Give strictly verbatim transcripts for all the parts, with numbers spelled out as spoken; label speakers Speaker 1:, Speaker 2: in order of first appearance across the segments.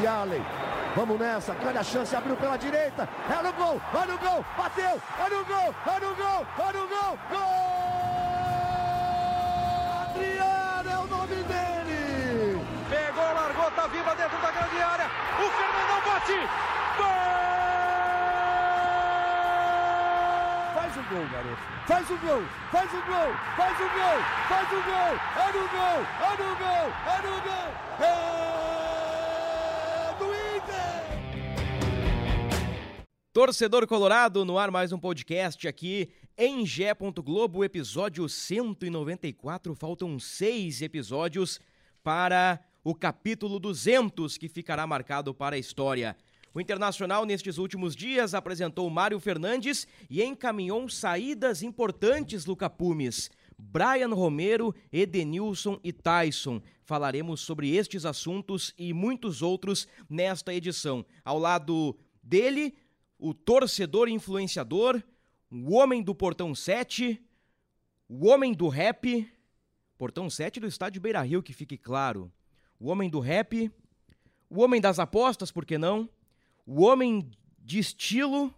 Speaker 1: Arley. Vamos nessa, grande a chance, abriu pela direita, é no gol, vai no gol, bateu, é no gol, é no gol, é no gol, gol! Adriano é o nome dele!
Speaker 2: Pegou, largou, tá viva dentro da grande área, o Fernandão bate, gol!
Speaker 1: Faz o gol, garoto, faz o gol, faz o gol, faz o gol, faz o gol, é no gol, é no gol, é no gol, é...
Speaker 3: Torcedor Colorado, no ar mais um podcast aqui em G E. Globo, episódio cento e noventa e quatro. Faltam seis episódios para o capítulo duzentos, que ficará marcado para a história. O Internacional, nestes últimos dias, apresentou Mário Fernandes e encaminhou saídas importantes, Luca Pumes. Brian Romero, Edenilson e Tyson. Falaremos sobre estes assuntos e muitos outros nesta edição. Ao lado dele, o torcedor influenciador, o homem do Portão sete, o homem do rap, Portão sete do estádio Beira-Rio, que fique claro, o homem do rap, o homem das apostas, por que não, o homem de estilo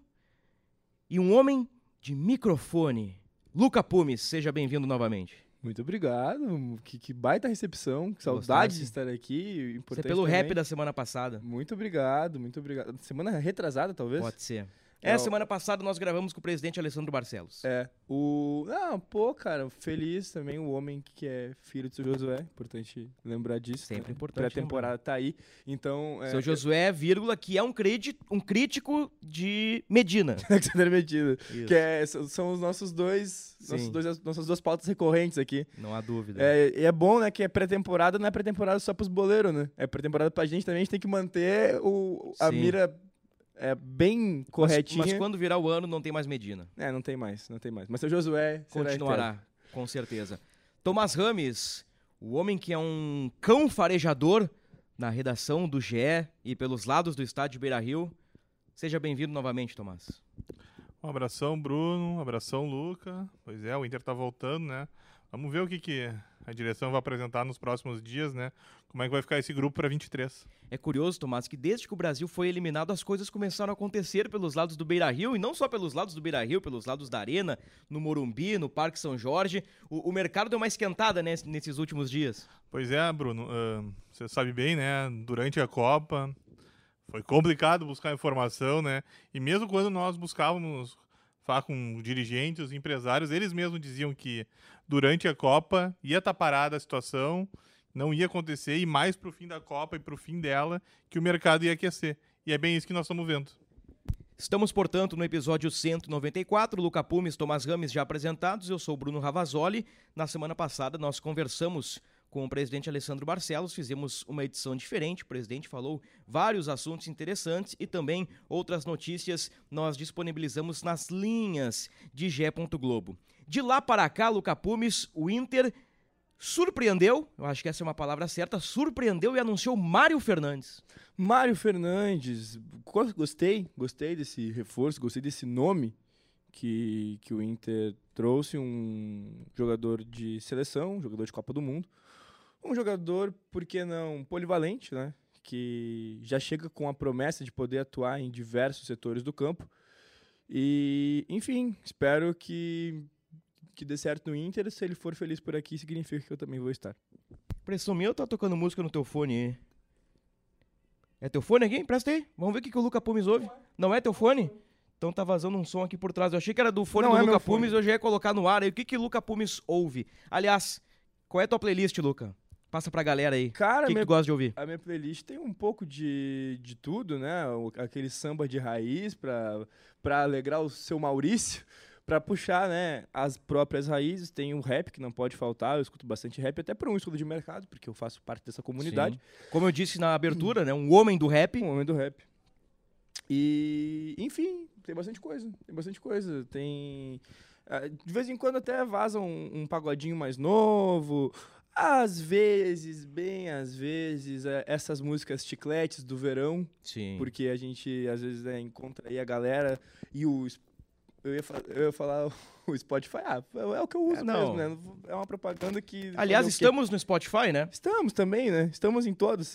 Speaker 3: e um homem de microfone. Luca Pumes, seja bem-vindo novamente.
Speaker 4: Muito obrigado, que, que baita recepção, que saudade de estar aqui.
Speaker 3: Isso é pelo também. Rap da semana passada.
Speaker 4: Muito obrigado, muito obrigado. Semana retrasada, talvez?
Speaker 3: Pode ser. É, semana passada nós gravamos com o presidente Alessandro Barcelos.
Speaker 4: É, o... Não, pô, cara, feliz também, o homem que é filho do seu Josué, importante lembrar disso.
Speaker 3: Sempre
Speaker 4: né?
Speaker 3: importante.
Speaker 4: Pré-temporada tá aí, então...
Speaker 3: Seu
Speaker 4: é...
Speaker 3: Josué, vírgula, que é um, credi... um crítico de Medina.
Speaker 4: Alexandre Medina, que é, são os nossos dois, nossos dois, nossas duas pautas recorrentes aqui.
Speaker 3: Não há dúvida.
Speaker 4: É, e é bom, né, que é pré-temporada, não é pré-temporada só pros boleiros, né? É pré-temporada pra gente também, a gente tem que manter o, a Sim. mira... É bem corretinha.
Speaker 3: Mas, mas quando virar o ano, não tem mais Medina.
Speaker 4: É, não tem mais, não tem mais. Mas seu Josué
Speaker 3: continuará, com certeza. Tomás Rames, o homem que é um cão farejador na redação do G E e pelos lados do estádio Beira-Rio. Seja bem-vindo novamente, Tomás.
Speaker 5: Um abração, Bruno. Um abração, Luca. Pois é, o Inter tá voltando, né? Vamos ver o que, que a direção vai apresentar nos próximos dias, né? Como é que vai ficar esse grupo para vinte e três.
Speaker 3: É curioso, Tomás, que desde que o Brasil foi eliminado, as coisas começaram a acontecer pelos lados do Beira-Rio, e não só pelos lados do Beira-Rio, pelos lados da Arena, no Morumbi, no Parque São Jorge. O, o mercado deu uma esquentada, né, nesses últimos dias.
Speaker 5: Pois é, Bruno. Uh, você sabe bem, né? Durante a Copa foi complicado buscar informação, né? E mesmo quando nós buscávamos falar com dirigentes, empresários, eles mesmos diziam que durante a Copa ia estar parada a situação, não ia acontecer, e mais pro fim da Copa e pro fim dela, que o mercado ia aquecer. E é bem isso que nós estamos vendo.
Speaker 3: Estamos, portanto, no episódio cento e noventa e quatro, Luca Pumes, Tomás Rames já apresentados, eu sou o Bruno Ravazoli. Na semana passada nós conversamos com o presidente Alessandro Barcelos, fizemos uma edição diferente, o presidente falou vários assuntos interessantes e também outras notícias nós disponibilizamos nas linhas de G E. Globo. De lá para cá, Luca Pumes, o Inter surpreendeu, eu acho que essa é uma palavra certa, surpreendeu e anunciou Mário Fernandes.
Speaker 4: Mário Fernandes, gostei, gostei desse reforço, gostei desse nome que, que o Inter trouxe, um jogador de seleção, um jogador de Copa do Mundo, um jogador, por que não, polivalente, né? Que já chega com a promessa de poder atuar em diversos setores do campo. E, enfim, espero que, que dê certo no Inter. Se ele for feliz por aqui, significa que eu também vou estar.
Speaker 3: Impressão minha, eu tá tocando música no teu fone aí. É teu fone aqui? Presta aí. Vamos ver o que, que o Luca Pumes ouve. Não é teu fone? Então tá vazando um som aqui por trás. Eu achei que era do fone Não do é Luca Pumes, eu já ia colocar no ar aí. O que, que o Luca Pumes ouve? Aliás, qual é a tua playlist, Luca? Passa pra galera aí.
Speaker 4: Cara,
Speaker 3: o que,
Speaker 4: minha,
Speaker 3: que tu gosta de ouvir?
Speaker 4: A minha playlist tem um pouco de, de tudo, né? O, aquele samba de raiz pra, pra alegrar o seu Maurício, pra puxar, né, as próprias raízes. Tem o rap, que não pode faltar. Eu escuto bastante rap, até por um estudo de mercado, porque eu faço parte dessa comunidade.
Speaker 3: Sim. Como eu disse na abertura, né? Um homem do rap.
Speaker 4: Um homem do rap. E, enfim, tem bastante coisa. Tem bastante coisa. Tem... De vez em quando até vaza um, um pagodinho mais novo... Às vezes, bem às vezes, é, essas músicas chicletes do verão.
Speaker 3: Sim.
Speaker 4: Porque a gente, às vezes, né, encontra aí a galera e o... Eu ia, eu ia falar o Spotify. Ah, é o que eu uso é, mesmo, né? É uma propaganda que...
Speaker 3: Aliás, estamos no Spotify, né?
Speaker 4: Estamos também, né? Estamos em todos.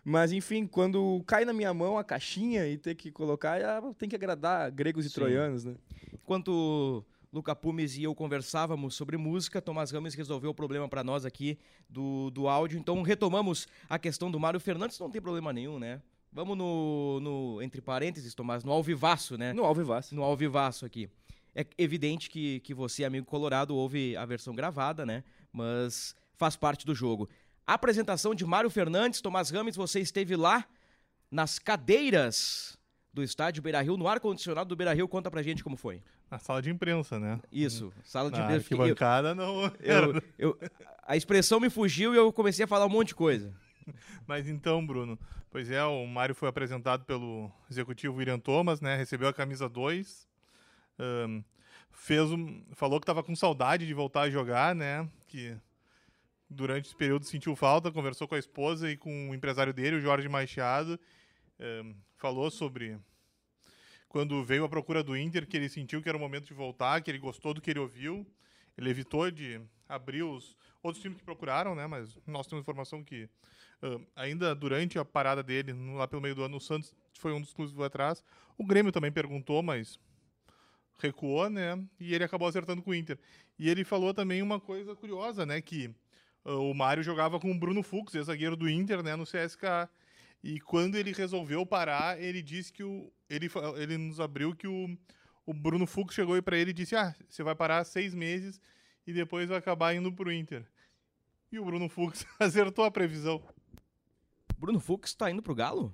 Speaker 4: Mas, enfim, quando cai na minha mão a caixinha e ter que colocar, tem que agradar gregos e Sim. troianos, né?
Speaker 3: Enquanto Luca Pumes e eu conversávamos sobre música, Tomás Rames resolveu o problema para nós aqui do, do áudio. Então, retomamos a questão do Mário Fernandes. Não tem problema nenhum, né? Vamos no, no entre parênteses, Tomás, no alvivaço, né?
Speaker 4: No alvivaço.
Speaker 3: No alvivaço aqui. É evidente que, que você, amigo colorado, ouve a versão gravada, né? Mas faz parte do jogo. A apresentação de Mário Fernandes, Tomás Rames, você esteve lá nas cadeiras do estádio Beira-Rio, no ar-condicionado do Beira-Rio. Conta pra gente como foi.
Speaker 5: Na sala de imprensa, né?
Speaker 3: Isso, sala de
Speaker 5: Na
Speaker 3: imprensa.
Speaker 5: arquibancada, não...
Speaker 3: Eu, eu, a expressão me fugiu e eu comecei a falar um monte de coisa.
Speaker 5: Mas então, Bruno, pois é, o Mário foi apresentado pelo executivo William Thomas, né? Recebeu a camisa dois, um, fez um, falou que estava com saudade de voltar a jogar, né? Que durante esse período sentiu falta, conversou com a esposa e com o empresário dele, o Jorge Machado, um, falou sobre quando veio a procura do Inter, que ele sentiu que era o momento de voltar, que ele gostou do que ele ouviu, ele evitou de abrir os outros times que procuraram, né? Mas nós temos informação que Uh, ainda durante a parada dele, lá pelo meio do ano, o Santos foi um dos clubes que foi atrás. O Grêmio também perguntou, mas recuou, né? E ele acabou acertando com o Inter. E ele falou também uma coisa curiosa, né? Que uh, o Mário jogava com o Bruno Fux, ex-zagueiro do Inter, né? No C S K A. E quando ele resolveu parar, ele disse que o... Ele, ele nos abriu que o, o Bruno Fux chegou aí pra ele e disse: ah, você vai parar seis meses e depois vai acabar indo pro Inter. E o Bruno Fux acertou a previsão.
Speaker 3: Bruno Fux tá indo pro Galo?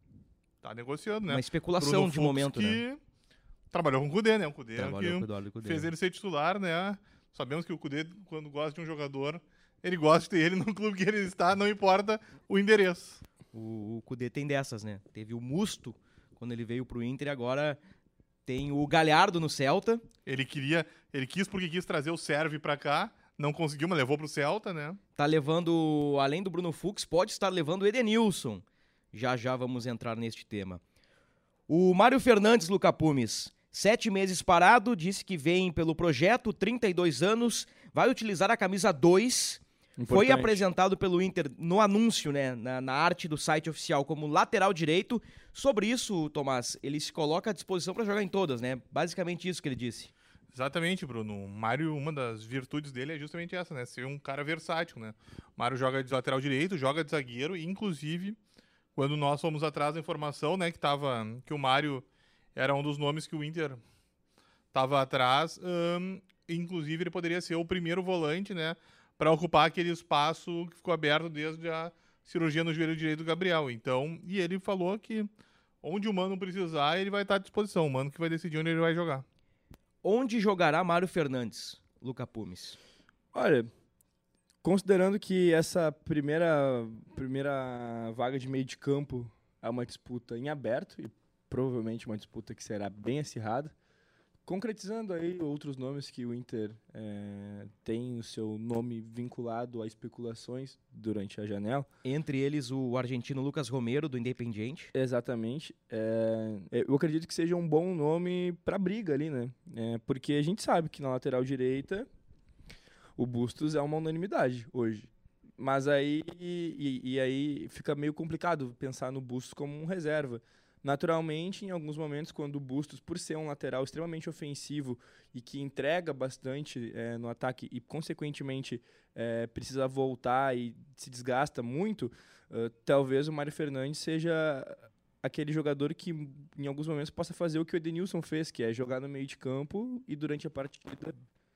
Speaker 5: Tá negociando, né?
Speaker 3: Uma especulação
Speaker 5: Bruno
Speaker 3: de
Speaker 5: Fux
Speaker 3: momento,
Speaker 5: que
Speaker 3: né?
Speaker 5: Trabalhou com o Cudê, né? O Cudê
Speaker 3: Trabalhou
Speaker 5: que
Speaker 3: com o Cudê.
Speaker 5: fez ele ser titular, né? Sabemos que o Cudê, quando gosta de um jogador, ele gosta de ter ele no clube que ele está, não importa o endereço.
Speaker 3: O, o Cudê tem dessas, né? Teve o Musto, quando ele veio pro Inter, e agora tem o Galhardo no Celta.
Speaker 5: Ele queria, ele quis porque quis trazer o Sérvio pra cá, não conseguiu, mas levou pro Celta, né?
Speaker 3: Tá levando, além do Bruno Fux, pode estar levando o Edenilson. Já já vamos entrar neste tema. O Mário Fernandes, Luca Pumes, sete meses parado, disse que vem pelo projeto, trinta e dois anos, vai utilizar a camisa dois. Importante. Foi apresentado pelo Inter no anúncio, né, na, na arte do site oficial, como lateral direito. Sobre isso, Tomás, ele se coloca à disposição para jogar em todas, né? Basicamente isso que ele disse.
Speaker 5: Exatamente, Bruno. O Mário, uma das virtudes dele é justamente essa, né? Ser um cara versátil, né? O Mário joga de lateral direito, joga de zagueiro e, inclusive, quando nós fomos atrás da informação, né, que, tava, que o Mário era um dos nomes que o Inter estava atrás, um, inclusive ele poderia ser o primeiro volante, né, para ocupar aquele espaço que ficou aberto desde a cirurgia no joelho direito do Gabriel. Então, e ele falou que onde o Mano precisar, ele vai estar à disposição. O Mano que vai decidir onde ele vai jogar.
Speaker 3: Onde jogará Mário Fernandes, Luca Pumes?
Speaker 4: Olha, considerando que essa primeira, primeira vaga de meio de campo é uma disputa em aberto, e provavelmente uma disputa que será bem acirrada, concretizando aí outros nomes que o Inter é, tem o seu nome vinculado a especulações durante a janela.
Speaker 3: Entre eles o argentino Lucas Romero, do Independiente.
Speaker 4: Exatamente. É, eu acredito que seja um bom nome para briga ali, né? É, porque a gente sabe que na lateral direita o Bustos é uma unanimidade hoje. Mas aí, e, e aí fica meio complicado pensar no Bustos como um reserva. Naturalmente, em alguns momentos, quando o Bustos, por ser um lateral extremamente ofensivo e que entrega bastante é, no ataque e, consequentemente, é, precisa voltar e se desgasta muito, uh, talvez o Mário Fernandes seja aquele jogador que, em alguns momentos, possa fazer o que o Edenilson fez, que é jogar no meio de campo e, durante a partida,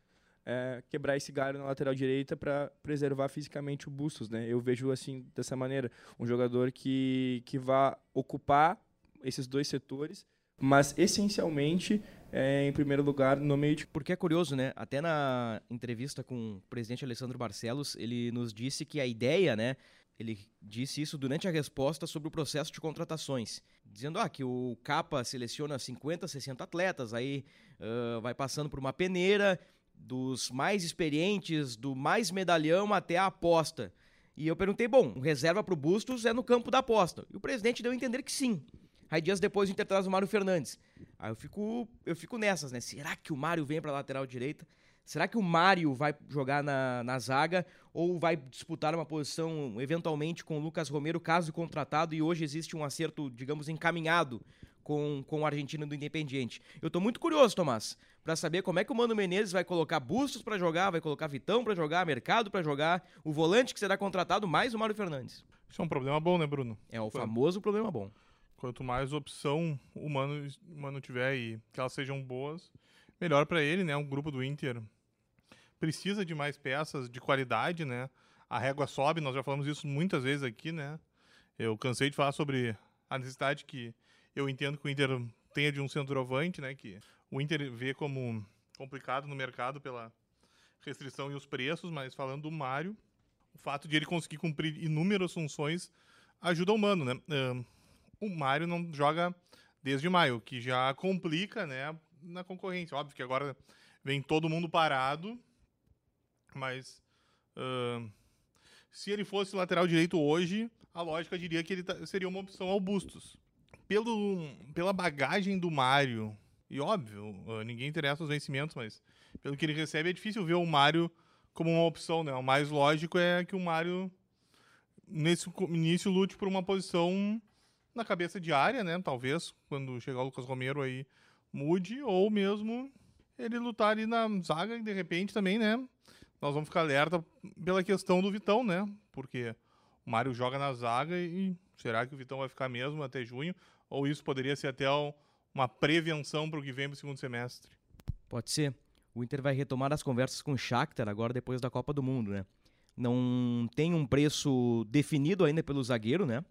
Speaker 4: é, quebrar esse galho na lateral direita para preservar fisicamente o Bustos, né? Eu vejo assim, dessa maneira, um jogador que, que vai ocupar esses dois setores, mas essencialmente, é, em primeiro lugar, no meio de...
Speaker 3: Porque é curioso, né? Até na entrevista com o presidente Alessandro Barcelos, ele nos disse que a ideia, né? Ele disse isso durante a resposta sobre o processo de contratações, dizendo ah, que o Capa seleciona cinquenta, sessenta atletas, aí uh, vai passando por uma peneira dos mais experientes, do mais medalhão até a aposta. E eu perguntei, bom, reserva para o Bustos é no campo da aposta. E o presidente deu a entender que sim. Aí dias depois o Inter traz o Mário Fernandes. Aí eu fico, eu fico nessas, né? Será que o Mário vem para a lateral direita? Será que o Mário vai jogar na, na zaga ou vai disputar uma posição eventualmente com o Lucas Romero, caso contratado, e hoje existe um acerto, digamos, encaminhado com, com o argentino do Independiente? Eu tô muito curioso, Tomás, para saber como é que o Mano Menezes vai colocar Bustos para jogar, vai colocar Vitão para jogar, Mercado para jogar, o volante que será contratado, mais o Mário Fernandes.
Speaker 5: Isso é um problema bom, né, Bruno?
Speaker 3: É o famoso problema bom.
Speaker 5: Quanto mais opção o Mano, o Mano tiver e que elas sejam boas, melhor para ele, né? Um grupo do Inter precisa de mais peças de qualidade, né? A régua sobe, nós já falamos isso muitas vezes aqui, né? Eu cansei de falar sobre a necessidade que eu entendo que o Inter tenha de um centroavante, né? Que o Inter vê como complicado no mercado pela restrição e os preços, mas falando do Mário, o fato de ele conseguir cumprir inúmeras funções ajuda o Mano, né? Uh, o Mário não joga desde maio, o que já complica, né, na concorrência. Óbvio que agora vem todo mundo parado, mas uh, se ele fosse lateral direito hoje, a lógica diria que ele tá, seria uma opção ao Bustos. Pelo, pela bagagem do Mário, e óbvio, uh, ninguém interessa os vencimentos, mas pelo que ele recebe é difícil ver o Mário como uma opção, né? O mais lógico é que o Mário, nesse início, lute por uma posição na cabeça de área, né? Talvez, quando chegar o Lucas Romero aí, mude, ou mesmo ele lutar ali na zaga e, de repente, também, né? Nós vamos ficar alerta pela questão do Vitão, né? Porque o Mário joga na zaga e será que o Vitão vai ficar mesmo até junho? Ou isso poderia ser até uma prevenção para o que vem para o segundo semestre?
Speaker 3: Pode ser. O Inter vai retomar as conversas com o Shakhtar agora depois da Copa do Mundo, né? Não tem um preço definido ainda pelo zagueiro, né?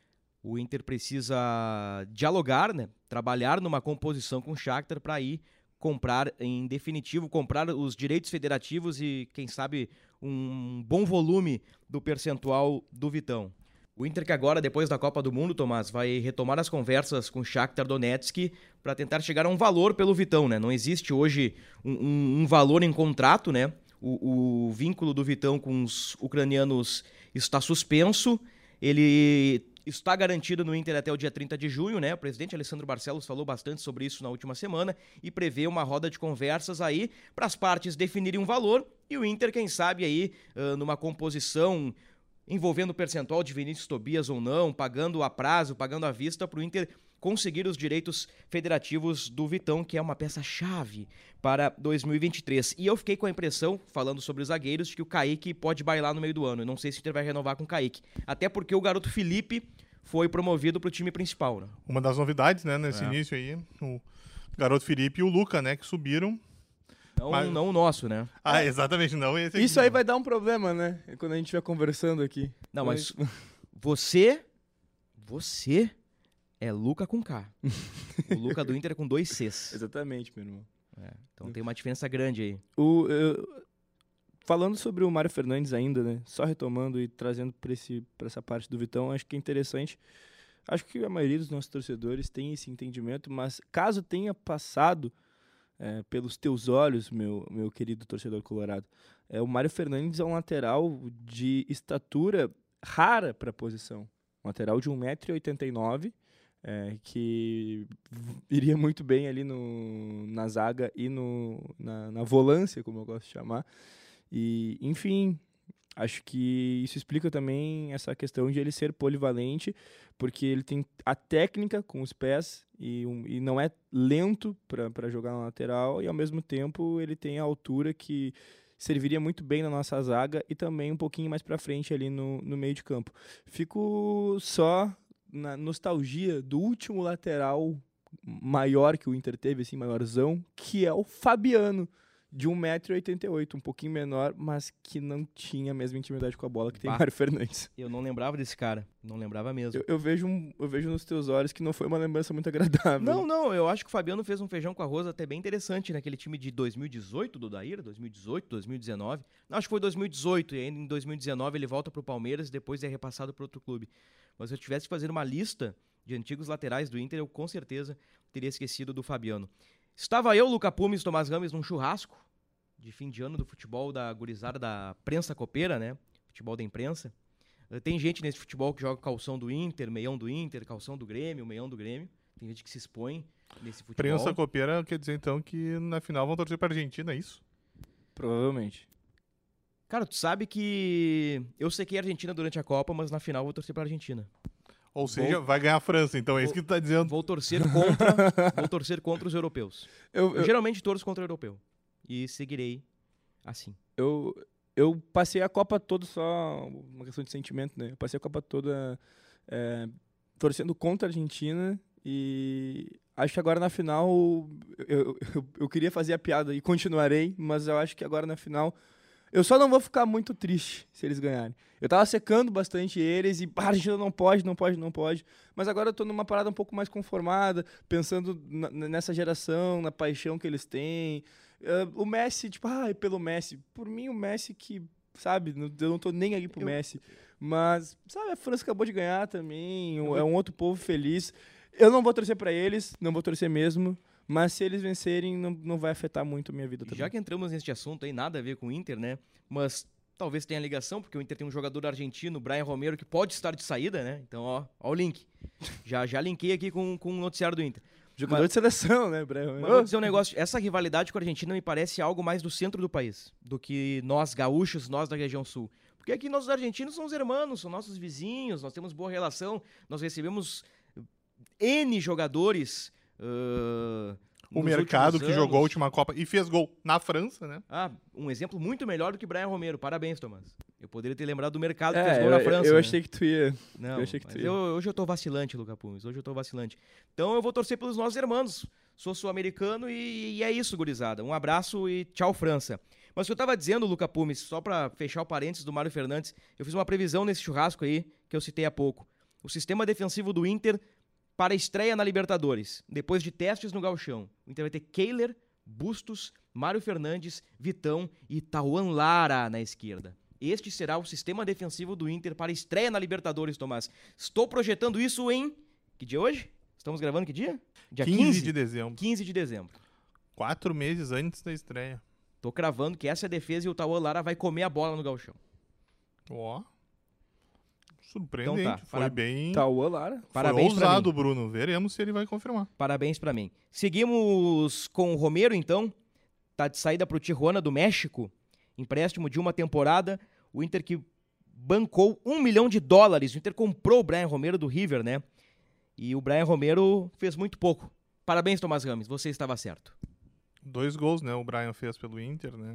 Speaker 3: O Inter precisa dialogar, né? Trabalhar numa composição com o Shakhtar para ir comprar, em definitivo, comprar os direitos federativos e, quem sabe, um bom volume do percentual do Vitão. O Inter que agora, depois da Copa do Mundo, Tomás, vai retomar as conversas com o Shakhtar Donetsk para tentar chegar a um valor pelo Vitão, né? Não existe hoje um, um, um valor em contrato, né? O, o vínculo do Vitão com os ucranianos está suspenso. Ele está garantido no Inter até o dia trinta de junho, né? O presidente Alessandro Barcelos falou bastante sobre isso na última semana e prevê uma roda de conversas aí para as partes definirem um valor e o Inter, quem sabe, aí uh, numa composição envolvendo o percentual de Vinícius Tobias ou não, pagando a prazo, pagando à vista, para o Inter conseguir os direitos federativos do Vitão, que é uma peça-chave para dois mil e vinte e três. E eu fiquei com a impressão, falando sobre os zagueiros, de que o Kaique pode bailar no meio do ano. Eu não sei se o Inter vai renovar com o Kaique. Até porque o garoto Felipe foi promovido para o time principal, né?
Speaker 5: Uma das novidades, né, nesse é. início aí, o garoto Felipe e o Luca, né, que subiram.
Speaker 3: Não, mas... não o nosso, né?
Speaker 5: Ah, exatamente, não esse aqui.
Speaker 4: Isso aí vai dar um problema, né? Quando a gente estiver conversando aqui.
Speaker 3: Não, mas você, você é Luca com K. O Luca do Inter é com dois Cs.
Speaker 4: Exatamente, meu irmão.
Speaker 3: É, então tem uma diferença grande aí.
Speaker 4: O, eu, falando sobre o Mário Fernandes ainda, né? Só retomando e trazendo para essa parte do Vitão, acho que é interessante. Acho que a maioria dos nossos torcedores tem esse entendimento, mas caso tenha passado É, pelos teus olhos, meu, meu querido torcedor colorado, é, o Mário Fernandes é um lateral de estatura rara para a posição. Um lateral de um metro e oitenta e nove, é, que iria muito bem ali no, na zaga e no, na, na volância, como eu gosto de chamar. E, enfim, acho que isso explica também essa questão de ele ser polivalente, porque ele tem a técnica com os pés e, um, e não é lento para jogar na lateral, e ao mesmo tempo ele tem a altura que serviria muito bem na nossa zaga e também um pouquinho mais para frente ali no, no meio de campo. Fico só na nostalgia do último lateral maior que o Inter teve, assim, maiorzão, que é o Fabiano, de um metro e oitenta e oito, um pouquinho menor, mas que não tinha a mesma intimidade com a bola que tem o Mário Fernandes.
Speaker 3: Eu não lembrava desse cara, não lembrava mesmo.
Speaker 4: Eu, eu, vejo um, eu vejo nos teus olhos que não foi uma lembrança muito agradável.
Speaker 3: Não, não, eu acho que o Fabiano fez um feijão com arroz até bem interessante naquele time de dois mil e dezoito do Daíra, dois mil e dezoito, dois mil e dezenove. Não, acho que foi dois mil e dezoito, e ainda em dois mil e dezenove ele volta pro Palmeiras e depois é repassado para outro clube. Mas se eu tivesse que fazer uma lista de antigos laterais do Inter, eu com certeza teria esquecido do Fabiano. Estava eu, Luca Pumes, Tomás Rames, num churrasco de fim de ano do futebol da gurizada da prensa copeira, né? Futebol da imprensa. Tem gente nesse futebol que joga calção do Inter, meião do Inter, calção do Grêmio, meião do Grêmio. Tem gente que se expõe nesse futebol.
Speaker 5: Prensa copeira quer dizer, então, que na final vão torcer pra Argentina, é isso?
Speaker 4: Provavelmente.
Speaker 3: Cara, tu sabe que eu sequei a Argentina durante a Copa, mas na final eu vou torcer pra Argentina.
Speaker 5: Ou seja, vai ganhar a França, então é isso que tu tá dizendo.
Speaker 3: Vou torcer contra, vou torcer contra os europeus.
Speaker 4: Eu,
Speaker 3: Eu
Speaker 4: eu,
Speaker 3: geralmente torço contra o europeu. E seguirei assim.
Speaker 4: eu, eu passei a Copa toda, só uma questão de sentimento, né? Eu passei a Copa toda é, torcendo contra a Argentina e acho que agora na final eu, eu, eu queria fazer a piada e continuarei, mas eu acho que agora na final eu só não vou ficar muito triste se eles ganharem. Eu tava secando bastante eles e ah, a Argentina não pode, não pode, não pode. Mas agora eu tô numa parada um pouco mais conformada, pensando na, nessa geração, na paixão que eles têm. Uh, o Messi, tipo, ah, é pelo Messi. Por mim, o Messi que, sabe, eu não tô nem aí pro
Speaker 3: Eu...
Speaker 4: Messi. Mas, sabe, a França acabou de ganhar também,
Speaker 3: vou...
Speaker 4: é um outro povo feliz. Eu não vou torcer pra eles, não vou torcer mesmo. Mas se eles vencerem, não, não vai afetar muito a minha vida também.
Speaker 3: Já que entramos neste assunto aí, nada a ver com o Inter, né? Mas talvez tenha ligação, porque o Inter tem um jogador argentino, Brian Romero, que pode estar de saída, né? Então, ó, ó o link. Já, já linkei aqui com, com o noticiário do Inter.
Speaker 4: Jogador
Speaker 3: mas,
Speaker 4: de seleção, né, Brian?
Speaker 3: Mas vou dizer um negócio, essa rivalidade com a Argentina me parece algo mais do centro do país, do que nós gaúchos, nós da região sul. Porque aqui nossos argentinos são os irmãos, são nossos vizinhos, nós temos boa relação, nós recebemos N jogadores... Uh,
Speaker 5: o mercado que jogou a última Copa e fez gol na França, né?
Speaker 3: Ah, um exemplo muito melhor do que Brian Romero. Parabéns, Tomás. Eu poderia ter lembrado do mercado que
Speaker 4: é,
Speaker 3: fez gol
Speaker 4: eu,
Speaker 3: na França.
Speaker 4: Eu
Speaker 3: né?
Speaker 4: achei que tu ia.
Speaker 3: Não,
Speaker 4: eu achei que tu
Speaker 3: mas
Speaker 4: ia.
Speaker 3: Eu, hoje eu tô vacilante, Luca Pumes. Hoje eu tô vacilante. Então eu vou torcer pelos nossos irmãos. Sou sul-americano e, e é isso, gurizada. Um abraço e tchau, França. Mas o que eu tava dizendo, Luca Pumes, só pra fechar o parênteses do Mário Fernandes, eu fiz uma previsão nesse churrasco aí, que eu citei há pouco. O sistema defensivo do Inter para a estreia na Libertadores, depois de testes no Gauchão. O Inter vai ter Kehler, Bustos, Mário Fernandes, Vitão e Tauan Lara na esquerda. Este será o sistema defensivo do Inter para a estreia na Libertadores, Tomás. Estou projetando isso em... Que dia hoje? Estamos gravando que dia? Dia
Speaker 5: quinze,
Speaker 3: quinze
Speaker 5: de dezembro.
Speaker 3: quinze de dezembro.
Speaker 5: Quatro meses antes da estreia.
Speaker 3: Tô cravando que essa é a defesa e o Tauan Lara vai comer a bola no Gauchão.
Speaker 5: Ó... Surpreendente,
Speaker 3: Então tá,
Speaker 5: foi
Speaker 3: para...
Speaker 5: bem...
Speaker 4: Tauan Lara.
Speaker 3: Parabéns
Speaker 5: foi ousado, Bruno. Veremos se ele vai confirmar.
Speaker 3: Parabéns pra mim. Seguimos com o Romero, então. Tá de saída pro Tijuana do México. Empréstimo de uma temporada. O Inter que bancou um milhão de dólares. O Inter comprou o Brian Romero do River, né? E o Brian Romero fez muito pouco. Parabéns, Tomás Rames. Você estava certo.
Speaker 5: Dois gols, né? O Brian fez pelo Inter, né?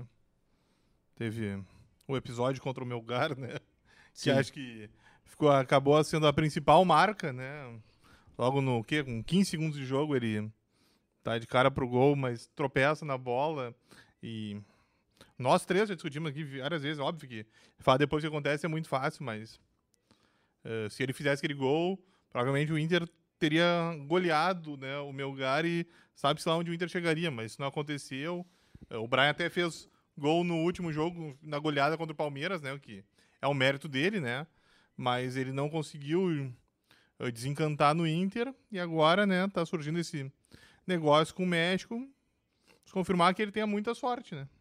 Speaker 5: Teve o episódio contra o Melgar, né?
Speaker 3: Sim.
Speaker 5: Que acho que... Ficou, acabou sendo a principal marca, né? Logo no quê? Com quinze segundos de jogo ele tá de cara pro gol, mas tropeça na bola. E nós três já discutimos aqui várias vezes, óbvio que falar depois que acontece é muito fácil, mas uh, se ele fizesse aquele gol, provavelmente o Inter teria goleado, né, o Melgar e sabe-se lá onde o Inter chegaria, mas isso não aconteceu. Uh, o Brian até fez gol no último jogo, na goleada contra o Palmeiras, né? O que é um mérito dele, né? Mas ele não conseguiu desencantar no Inter e agora, né, tá surgindo esse negócio com o México. Vamos confirmar que ele tenha muita sorte, né?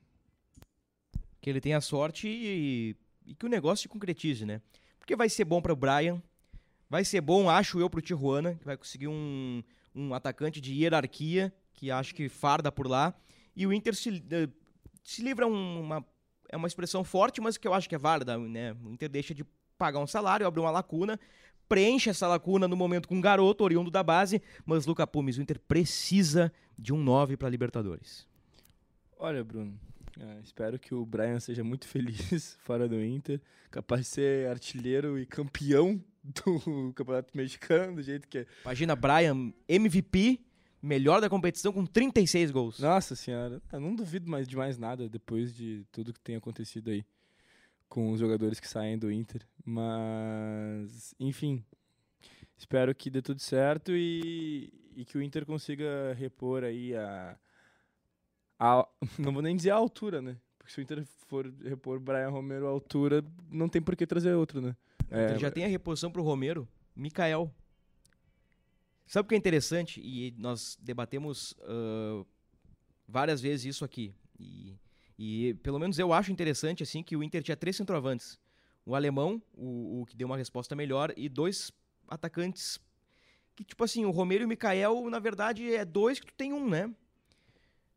Speaker 3: Que ele tenha sorte e, e que o negócio se concretize, né? Porque vai ser bom para o Brian, vai ser bom, acho eu, pro Tijuana, que vai conseguir um, um atacante de hierarquia, que acho que farda por lá, e o Inter se, uh, se livra um, uma... É uma expressão forte, mas que eu acho que é válida, né? O Inter deixa de pagar um salário, abre uma lacuna, preenche essa lacuna no momento com um garoto oriundo da base, mas Luca Pumes, o Inter precisa de um nove para Libertadores.
Speaker 4: Olha, Bruno, é, espero que o Brian seja muito feliz fora do Inter, capaz de ser artilheiro e campeão do Campeonato Mexicano, do jeito que é.
Speaker 3: Imagina, Brian, M V P, melhor da competição com trinta e seis gols.
Speaker 4: Nossa senhora, eu não duvido mais de mais nada depois de tudo que tem acontecido aí com os jogadores que saem do Inter, mas, enfim, espero que dê tudo certo e, e que o Inter consiga repor aí a, a, não vou nem dizer a altura, né, porque se o Inter for repor Brian Romero à altura, não tem por que trazer outro, né.
Speaker 3: É, já tem a reposição pro Romero, Mikael. Sabe o que é interessante? E nós debatemos uh, várias vezes isso aqui, e... E pelo menos eu acho interessante assim que o Inter tinha três centroavantes. O alemão, o, o que deu uma resposta melhor, e dois atacantes que, tipo assim, o Romero e o Mikael, na verdade, é dois que tu tem um, né?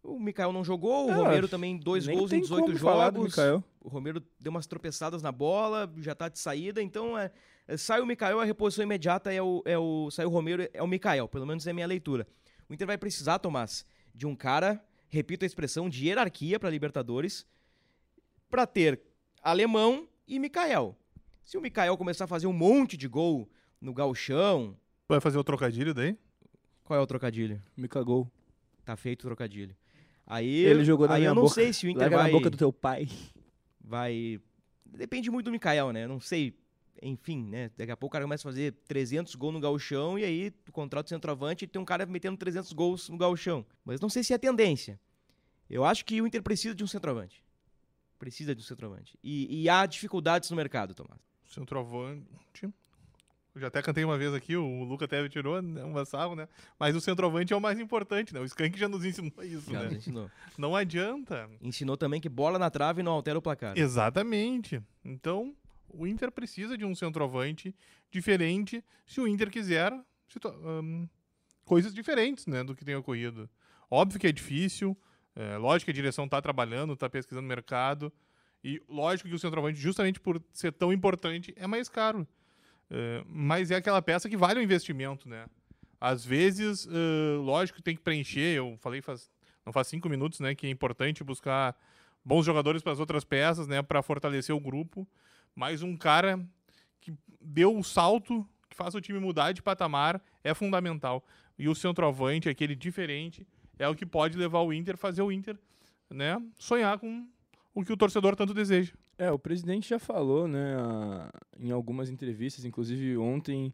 Speaker 3: O Mikael não jogou, o
Speaker 4: Ah,
Speaker 3: Romero também, dois
Speaker 4: nem
Speaker 3: gols
Speaker 4: tem
Speaker 3: em dezoito
Speaker 4: como falar do
Speaker 3: jogos.
Speaker 4: Mikael.
Speaker 3: O Romero deu umas tropeçadas na bola, já tá de saída, então é, é, sai o Mikael, a reposição imediata é o, é o. Sai o Romero, é o Mikael, pelo menos é a minha leitura. O Inter vai precisar, Tomás, de um cara, repito a expressão, de hierarquia para Libertadores, para ter Alemão e Mikael. Se o Mikael começar a fazer um monte de gol no gauchão...
Speaker 5: Vai fazer o trocadilho daí?
Speaker 3: Qual é o trocadilho?
Speaker 4: Me cagou.
Speaker 3: Tá feito o trocadilho. Aí,
Speaker 4: Ele jogou na
Speaker 3: aí
Speaker 4: minha
Speaker 3: eu não
Speaker 4: boca.
Speaker 3: sei se o Inter
Speaker 4: Larga
Speaker 3: vai...
Speaker 4: na boca do teu pai.
Speaker 3: vai... Depende muito do Mikael, né? Eu não sei... Enfim, né? Daqui a pouco o cara começa a fazer trezentos gols no gauchão e aí tu contrata o centroavante e tem um cara metendo trezentos gols no gauchão. Mas não sei se é tendência. Eu acho que o Inter precisa de um centroavante. Precisa de um centroavante. E, e há dificuldades no mercado, Tomás.
Speaker 5: Centroavante. Eu já até cantei uma vez aqui, o Luca até tirou né, um vassalo, né? Mas o centroavante é o mais importante, né? O Skank já nos ensinou isso,
Speaker 3: Já
Speaker 5: né?
Speaker 3: nos ensinou.
Speaker 5: Não adianta.
Speaker 3: Ensinou também que bola na trave não altera o placar.
Speaker 5: Exatamente. Então, o Inter precisa de um centroavante diferente se o Inter quiser situa- hum, coisas diferentes, né, do que tem ocorrido. Óbvio que é difícil, é, lógico que a direção está trabalhando, está pesquisando o mercado, e lógico que o centroavante, justamente por ser tão importante, é mais caro. É, mas é aquela peça que vale o investimento, né? Às vezes, uh, lógico que tem que preencher, eu falei faz, não faz cinco minutos, né, que é importante buscar bons jogadores para as outras peças, né, para fortalecer o grupo, mas um cara que deu o salto, que faz o time mudar de patamar, é fundamental. E o centroavante, aquele diferente, é o que pode levar o Inter, fazer o Inter, né, sonhar com o que o torcedor tanto deseja.
Speaker 4: É, o presidente já falou, né, a- em algumas entrevistas, inclusive ontem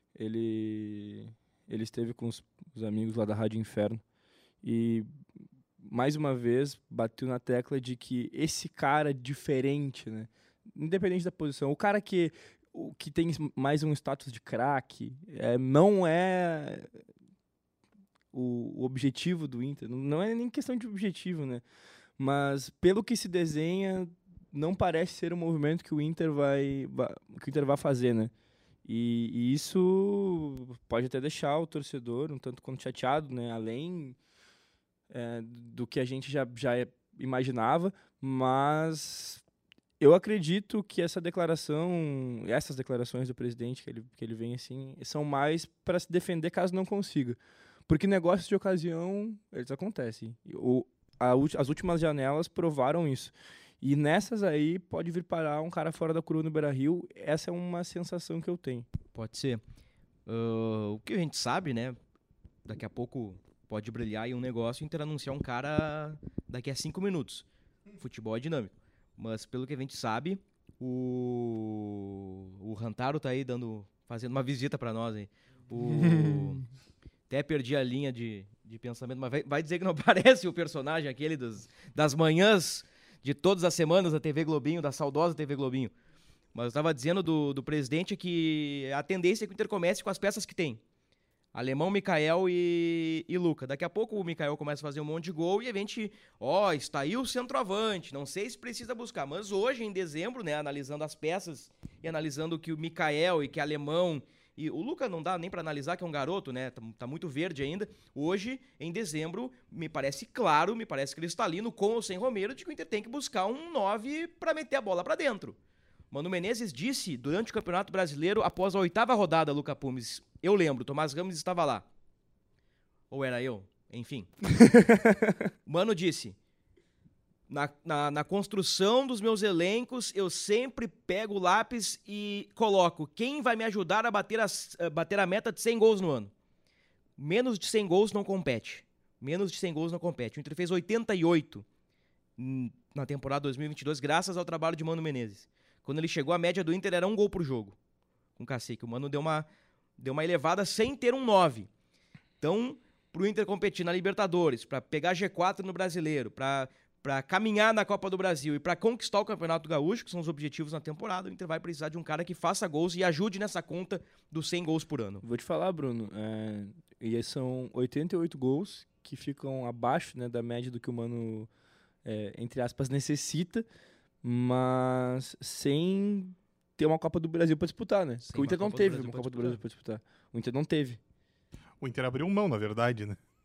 Speaker 4: ele, ele esteve com os, os amigos lá da Rádio Inferno e mais uma vez bateu na tecla de que esse cara diferente, né, independente da posição, o cara que, o, que tem mais um status de craque, é, não é o, o objetivo do Inter, não é nem questão de objetivo, né, mas pelo que se desenha, não parece ser um movimento que o Inter vai, vai, que o Inter vai fazer, né? E, e isso pode até deixar o torcedor um tanto quanto chateado, né? Além é, do que a gente já, já imaginava, mas eu acredito que essa declaração, essas declarações do presidente que ele, que ele vem assim, são mais para se defender caso não consiga. Porque negócios de ocasião, eles acontecem. O, a, as últimas janelas provaram isso. E nessas aí pode vir parar um cara fora da curva no Beira-Rio. Essa é uma sensação que eu tenho.
Speaker 3: Pode ser. Uh, o que a gente sabe, né? Daqui a pouco pode brilhar aí um negócio e o Inter anunciar um cara daqui a cinco minutos. Futebol é dinâmico. Mas pelo que a gente sabe, o, o Rantaro tá aí dando, fazendo uma visita pra nós aí. O... Até perdi a linha de, de pensamento, mas vai, vai dizer que não parece o personagem aquele dos, das manhãs de todas as semanas da T V Globinho, da saudosa T V Globinho. Mas eu estava dizendo do, do presidente que a tendência é que o Inter comece com as peças que tem. Alemão, Mikael e, e Luca. Daqui a pouco o Mikael começa a fazer um monte de gol e a gente, ó, está aí o centroavante. Não sei se precisa buscar, mas hoje, em dezembro, né, analisando as peças e analisando que o Mikael e que Alemão... E o Luca não dá nem pra analisar, que é um garoto, né? Tá, tá muito verde ainda. Hoje, em dezembro, me parece claro, me parece cristalino, com ou sem Romero, de que o Inter tem que buscar um nove pra meter a bola pra dentro. Mano Menezes disse, durante o Campeonato Brasileiro, após a oitava rodada, Luca Pumes, eu lembro, Tomás Ramos estava lá. Ou era eu? Enfim. Mano disse... Na, na, na construção dos meus elencos, eu sempre pego o lápis e coloco quem vai me ajudar a bater, as, a bater a meta de cem gols no ano. Menos de cem gols não compete. Menos de cem gols não compete. O Inter fez oitenta e oito na temporada dois mil e vinte e dois, graças ao trabalho de Mano Menezes. Quando ele chegou, a média do Inter era um gol por jogo. Com o Cacique. O Mano deu uma, deu uma elevada sem ter um nove. Então, pro Inter competir na Libertadores, para pegar G quatro no Brasileiro, para... para caminhar na Copa do Brasil e para conquistar o Campeonato Gaúcho, que são os objetivos na temporada, o Inter vai precisar de um cara que faça gols e ajude nessa conta dos cem gols por ano.
Speaker 4: Vou te falar, Bruno, é, e são oitenta e oito gols que ficam abaixo, né, da média do que o Mano, é, entre aspas, necessita, mas sem ter uma Copa do Brasil para disputar, né? Porque o Inter não teve uma Copa do Brasil para disputar. O Inter não teve.
Speaker 5: O Inter abriu mão, na verdade, né?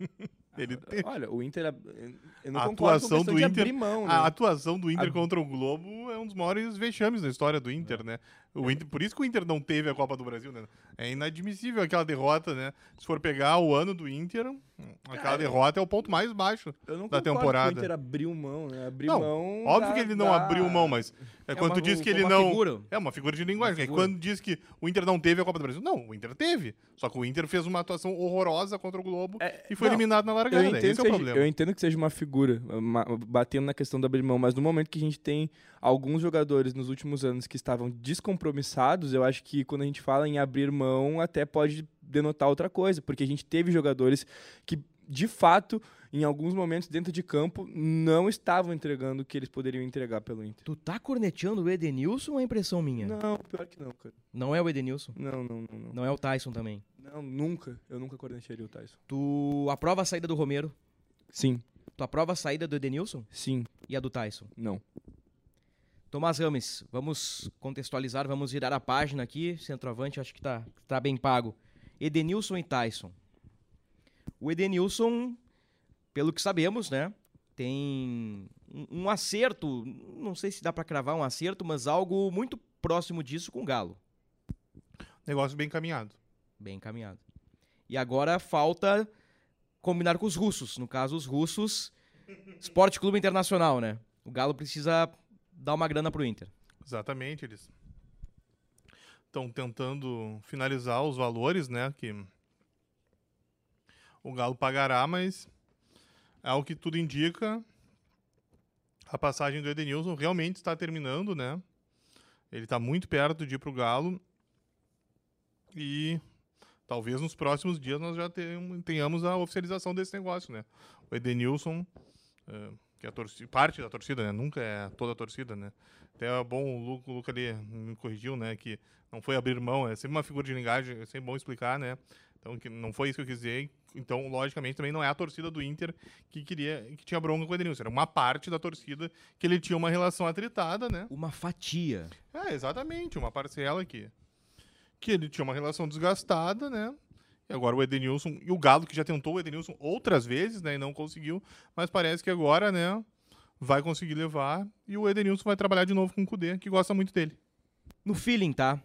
Speaker 5: Ele teve.
Speaker 4: Olha, o Inter... Eu não
Speaker 5: A
Speaker 4: concordo
Speaker 5: atuação
Speaker 4: com a questão
Speaker 5: do
Speaker 4: de
Speaker 5: Inter,
Speaker 4: abrir mão, né?
Speaker 5: a atuação do Inter
Speaker 4: A-
Speaker 5: contra o Globo é um dos maiores vexames da história do Inter, né? O Inter, por isso que o Inter não teve a Copa do Brasil, né? É inadmissível aquela derrota, né? Se for pegar o ano do Inter, aquela
Speaker 4: Ah,
Speaker 5: derrota é o ponto mais baixo.
Speaker 4: Eu não
Speaker 5: da
Speaker 4: concordo
Speaker 5: temporada.
Speaker 4: que o Inter abriu mão, né? Abriu
Speaker 5: Não,
Speaker 4: mão
Speaker 5: óbvio
Speaker 4: da-
Speaker 5: que ele não
Speaker 4: da-
Speaker 5: abriu mão, mas é, quando
Speaker 3: uma-
Speaker 5: tu diz que
Speaker 3: foi
Speaker 5: ele
Speaker 3: uma
Speaker 5: não...
Speaker 3: figura.
Speaker 5: É uma figura de linguagem.
Speaker 3: Uma
Speaker 5: É
Speaker 3: figura.
Speaker 5: quando diz que o Inter não teve a Copa do Brasil. Não, o Inter teve. Só que o Inter fez uma atuação horrorosa contra o Globo
Speaker 4: É,
Speaker 5: e foi
Speaker 4: não,
Speaker 5: eliminado na
Speaker 4: Eu
Speaker 5: largada.
Speaker 4: entendo,
Speaker 5: Esse é
Speaker 4: que
Speaker 5: o
Speaker 4: seja,
Speaker 5: problema.
Speaker 4: eu entendo que seja uma figura, uma- batendo na questão do abrir mão, mas no momento que a gente tem alguns jogadores nos últimos anos que estavam descompromissados, eu acho que quando a gente fala em abrir mão, até pode denotar outra coisa, porque a gente teve jogadores que, de fato, em alguns momentos dentro de campo, não estavam entregando o que eles poderiam entregar pelo Inter.
Speaker 3: Tu tá corneteando o Edenilson ou é impressão minha? Não,
Speaker 4: Não, pior que não, cara.
Speaker 3: não é o Edenilson.
Speaker 4: Não, não, não, não.
Speaker 3: Não é o Tyson também.
Speaker 4: Não, nunca. Eu nunca cornetearia o Tyson.
Speaker 3: Tu aprova a saída do Romero?
Speaker 4: Sim,
Speaker 3: Tu aprova a saída do Edenilson?
Speaker 4: sim,
Speaker 3: E a do Tyson?
Speaker 4: não.
Speaker 3: Tomás Rames, vamos contextualizar, vamos virar a página aqui. Centroavante, acho que tá, tá bem pago. Edenilson e Tyson. O Edenilson, pelo que sabemos, né, tem um, um acerto, não sei se dá pra cravar um acerto, mas algo muito próximo disso com o Galo.
Speaker 5: Negócio bem encaminhado.
Speaker 3: Bem encaminhado. E agora falta combinar com os russos. No caso, os russos, Esporte Clube Internacional, né? O Galo precisa dar uma grana pro Inter.
Speaker 5: Exatamente, eles estão tentando finalizar os valores, né, que o Galo pagará, mas ao que tudo indica, a passagem do Edenilson realmente está terminando, né? Ele está muito perto de ir pro Galo e talvez nos próximos dias nós já tenhamos, tenhamos a oficialização desse negócio, né? O Edenilson, eh, que é a torcida, parte da torcida, né? Nunca é toda a torcida, né? Até é bom, o Luca, o Luca ali me corrigiu, né? Que não foi abrir mão, é sempre uma figura de linguagem, é sempre bom explicar, né? Então, que não foi isso que eu quis dizer. Então, logicamente, também não é a torcida do Inter que queria, que tinha bronca com o Edenilson. Era uma parte da torcida que ele tinha uma relação atritada, né?
Speaker 3: Uma fatia.
Speaker 5: É, exatamente, uma parcela que, que ele tinha uma relação desgastada, né? E agora o Edenilson, e o Galo que já tentou o Edenilson outras vezes, né, e não conseguiu, mas parece que agora, né, vai conseguir levar e o Edenilson vai trabalhar de novo com o Kudê, que gosta muito dele.
Speaker 3: No feeling, tá?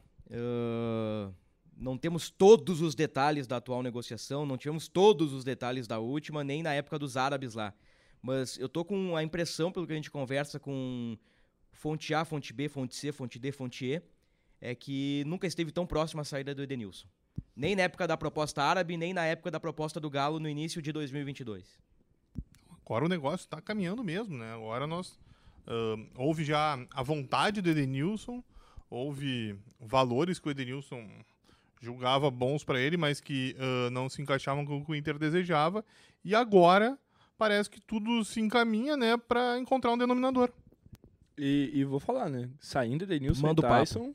Speaker 3: Uh, não temos todos os detalhes da atual negociação, não tivemos todos os detalhes da última, nem na época dos árabes lá. Mas eu tô com a impressão, pelo que a gente conversa com fonte A, fonte B, fonte C, fonte D, fonte E, é que nunca esteve tão próximo à saída do Edenilson. Nem na época da proposta árabe, nem na época da proposta do Galo no início de dois mil e vinte e dois.
Speaker 5: Agora o negócio está caminhando mesmo, né? Agora nós uh, houve já a vontade do Edenilson, houve valores que o Edenilson julgava bons para ele, mas que uh, não se encaixavam com o que o Inter desejava. E agora parece que tudo se encaminha, né, para encontrar um denominador.
Speaker 4: E, e vou falar, né? Saindo Edenilson
Speaker 3: Manda
Speaker 4: e
Speaker 3: o papo.
Speaker 4: Tyson,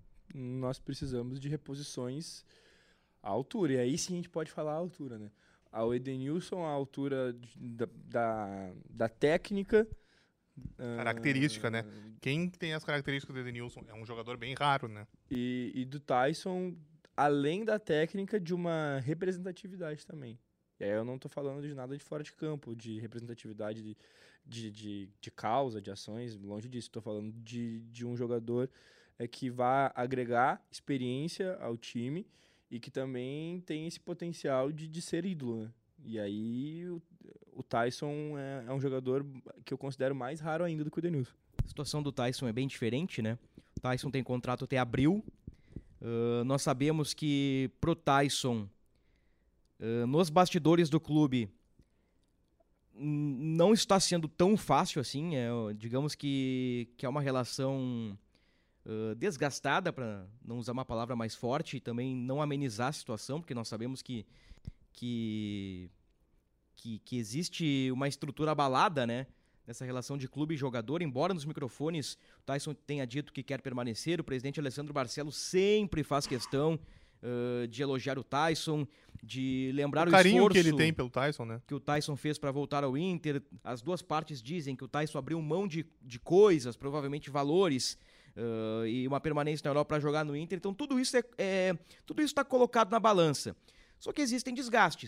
Speaker 4: nós precisamos de reposições à altura. E aí sim a gente pode falar à altura, né? Ao Edenilson, à altura de- da, da, da técnica.
Speaker 5: Característica,
Speaker 4: ah,
Speaker 5: né? Quem tem as características do Edenilson é um jogador bem raro, né?
Speaker 4: E, e do Tyson, além da técnica, de uma representatividade também. E aí eu não tô falando de nada de fora de campo, de representatividade de, de, de, de causa, de ações, longe disso. Tô falando de, de um jogador é, que vai agregar experiência ao time e que também tem esse potencial de, de ser ídolo, né? E aí o, o Tyson é, é um jogador que eu considero mais raro ainda do que o Edenilson.
Speaker 3: A situação do Tyson é bem diferente, né? O Tyson tem contrato até abril. Uh, nós sabemos que pro Tyson, uh, nos bastidores do clube, n- não está sendo tão fácil assim. É, digamos que, que é uma relação uh, desgastada, para não usar uma palavra mais forte, e também não amenizar a situação, porque nós sabemos que, que, que, que existe uma estrutura abalada, né? Nessa relação de clube e jogador, embora nos microfones o Tyson tenha dito que quer permanecer, o presidente Alessandro Barcelos sempre faz questão uh, de elogiar o Tyson, de lembrar
Speaker 5: O
Speaker 3: o,
Speaker 5: carinho
Speaker 3: esforço
Speaker 5: que ele tem pelo Tyson, né?
Speaker 3: que o Tyson fez para voltar ao Inter. As duas partes dizem que o Tyson abriu mão de, de coisas, provavelmente valores, uh, e uma permanência na Europa para jogar no Inter. Então tudo isso é, é tudo isso está colocado na balança. Só que existem desgastes.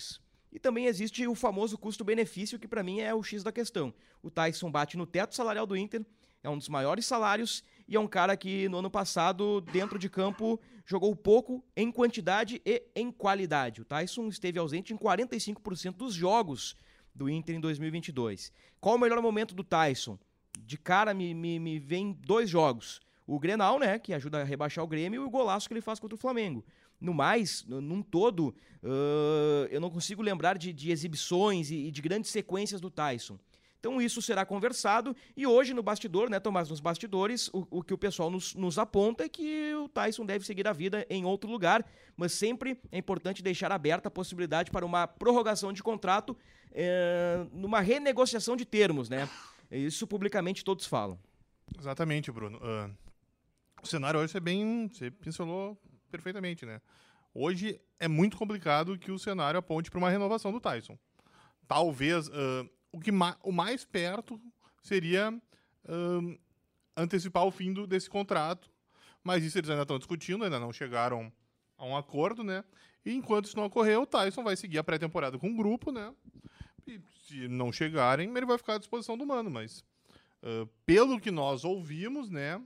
Speaker 3: E também existe o famoso custo-benefício, que para mim é o X da questão. O Taison bate no teto salarial do Inter, é um dos maiores salários e é um cara que no ano passado, dentro de campo, jogou pouco em quantidade e em qualidade. O Taison esteve ausente em quarenta e cinco por cento dos jogos do Inter em dois mil e vinte e dois. Qual o melhor momento do Taison? De cara me, me, me vem dois jogos. O Grenal, né, que ajuda a rebaixar o Grêmio, e o golaço que ele faz contra o Flamengo. No mais, num todo, uh, eu não consigo lembrar de, de exibições e, e de grandes sequências do Taison. Então isso será conversado e hoje no bastidor, né, Tomás, nos bastidores, o, o que o pessoal nos, nos aponta é que o Taison deve seguir a vida em outro lugar, mas sempre é importante deixar aberta a possibilidade para uma prorrogação de contrato, é, numa renegociação de termos, né? Isso publicamente todos falam.
Speaker 5: Exatamente, Bruno. Uh, o cenário hoje é bem... Você pincelou perfeitamente, né? Hoje é muito complicado que o cenário aponte para uma renovação do Taison. Talvez uh, o, que ma o mais perto seria uh, antecipar o fim do, desse contrato, mas isso eles ainda estão discutindo, ainda não chegaram a um acordo, né? E enquanto isso não ocorrer, o Taison vai seguir a pré-temporada com o grupo, né? E se não chegarem, ele vai ficar à disposição do Mano, mas uh, pelo que nós ouvimos, né?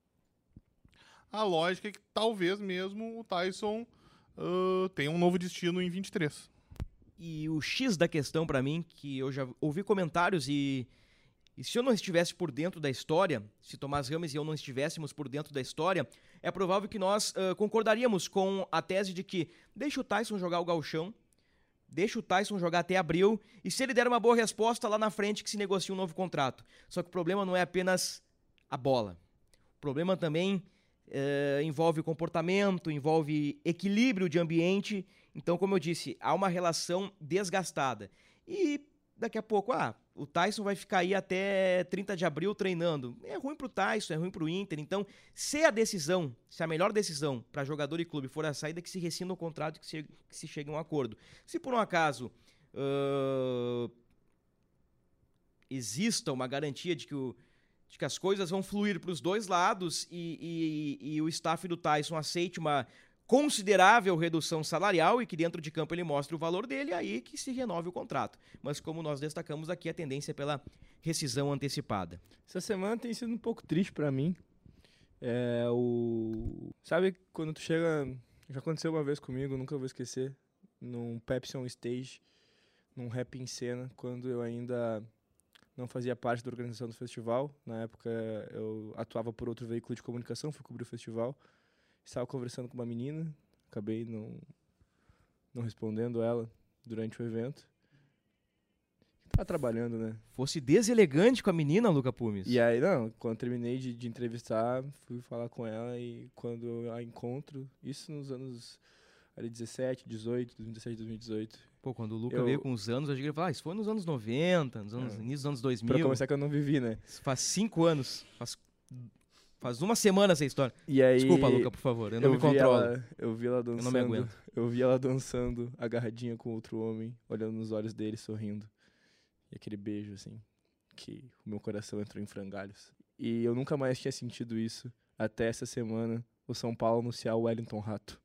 Speaker 5: A lógica é que talvez mesmo o Taison uh, tenha um novo destino em vinte e três.
Speaker 3: E o X da questão pra mim, que eu já ouvi comentários e, e se eu não estivesse por dentro da história, se Tomás Ramos e eu não estivéssemos por dentro da história, é provável que nós uh, concordaríamos com a tese de que deixa o Taison jogar o gauchão, deixa o Taison jogar até abril, e se ele der uma boa resposta lá na frente que se negocie um novo contrato. Só que o problema não é apenas a bola. O problema também Uh, envolve comportamento, envolve equilíbrio de ambiente. Então, como eu disse, há uma relação desgastada. E daqui a pouco, ah, o Taison vai ficar aí até trinta de abril treinando. É ruim pro Taison, é ruim pro Inter. Então, se a decisão, se a melhor decisão para jogador e clube for a saída, que se rescinda o contrato e que se, que se chegue a um acordo. Se por um acaso uh, exista uma garantia de que o de que as coisas vão fluir para os dois lados e, e, e o staff do Taison aceite uma considerável redução salarial e que dentro de campo ele mostre o valor dele, aí que se renove o contrato. Mas como nós destacamos aqui, a tendência é pela rescisão antecipada.
Speaker 4: Essa semana tem sido um pouco triste para mim. É o... Sabe quando tu chega... Já aconteceu uma vez comigo, nunca vou esquecer, num Pepsi on Stage, num Rap em Cena, quando eu ainda... não fazia parte da organização do festival. Na época, eu atuava por outro veículo de comunicação, fui cobrir o festival. Estava conversando com uma menina, acabei não, não respondendo ela durante o evento. Estava trabalhando, né?
Speaker 3: Fosse deselegante com a menina, Luca Pumes.
Speaker 4: E aí, não, quando terminei de, de entrevistar, fui falar com ela e quando eu a encontro, isso nos anos ali, dezessete, dezoito, dois mil e dezessete, dois mil e dezoito...
Speaker 3: Pô, quando o Luca
Speaker 4: eu...
Speaker 3: veio com os anos, eu achei que ele falou, ah, isso foi nos anos noventa, nos anos, é. início dos anos dois mil.
Speaker 4: Pra começar que eu não vivi, né?
Speaker 3: Faz cinco anos. Faz, faz uma semana essa história.
Speaker 4: E aí,
Speaker 3: desculpa, Luca, por favor, eu não
Speaker 4: eu
Speaker 3: me controlo.
Speaker 4: Ela, eu vi ela dançando.
Speaker 3: Eu não me aguento.
Speaker 4: Eu vi ela dançando, agarradinha com outro homem, olhando nos olhos dele, sorrindo. E aquele beijo, assim, que o meu coração entrou em frangalhos. E eu nunca mais tinha sentido isso até essa semana, o São Paulo anunciar o Wellington Rato.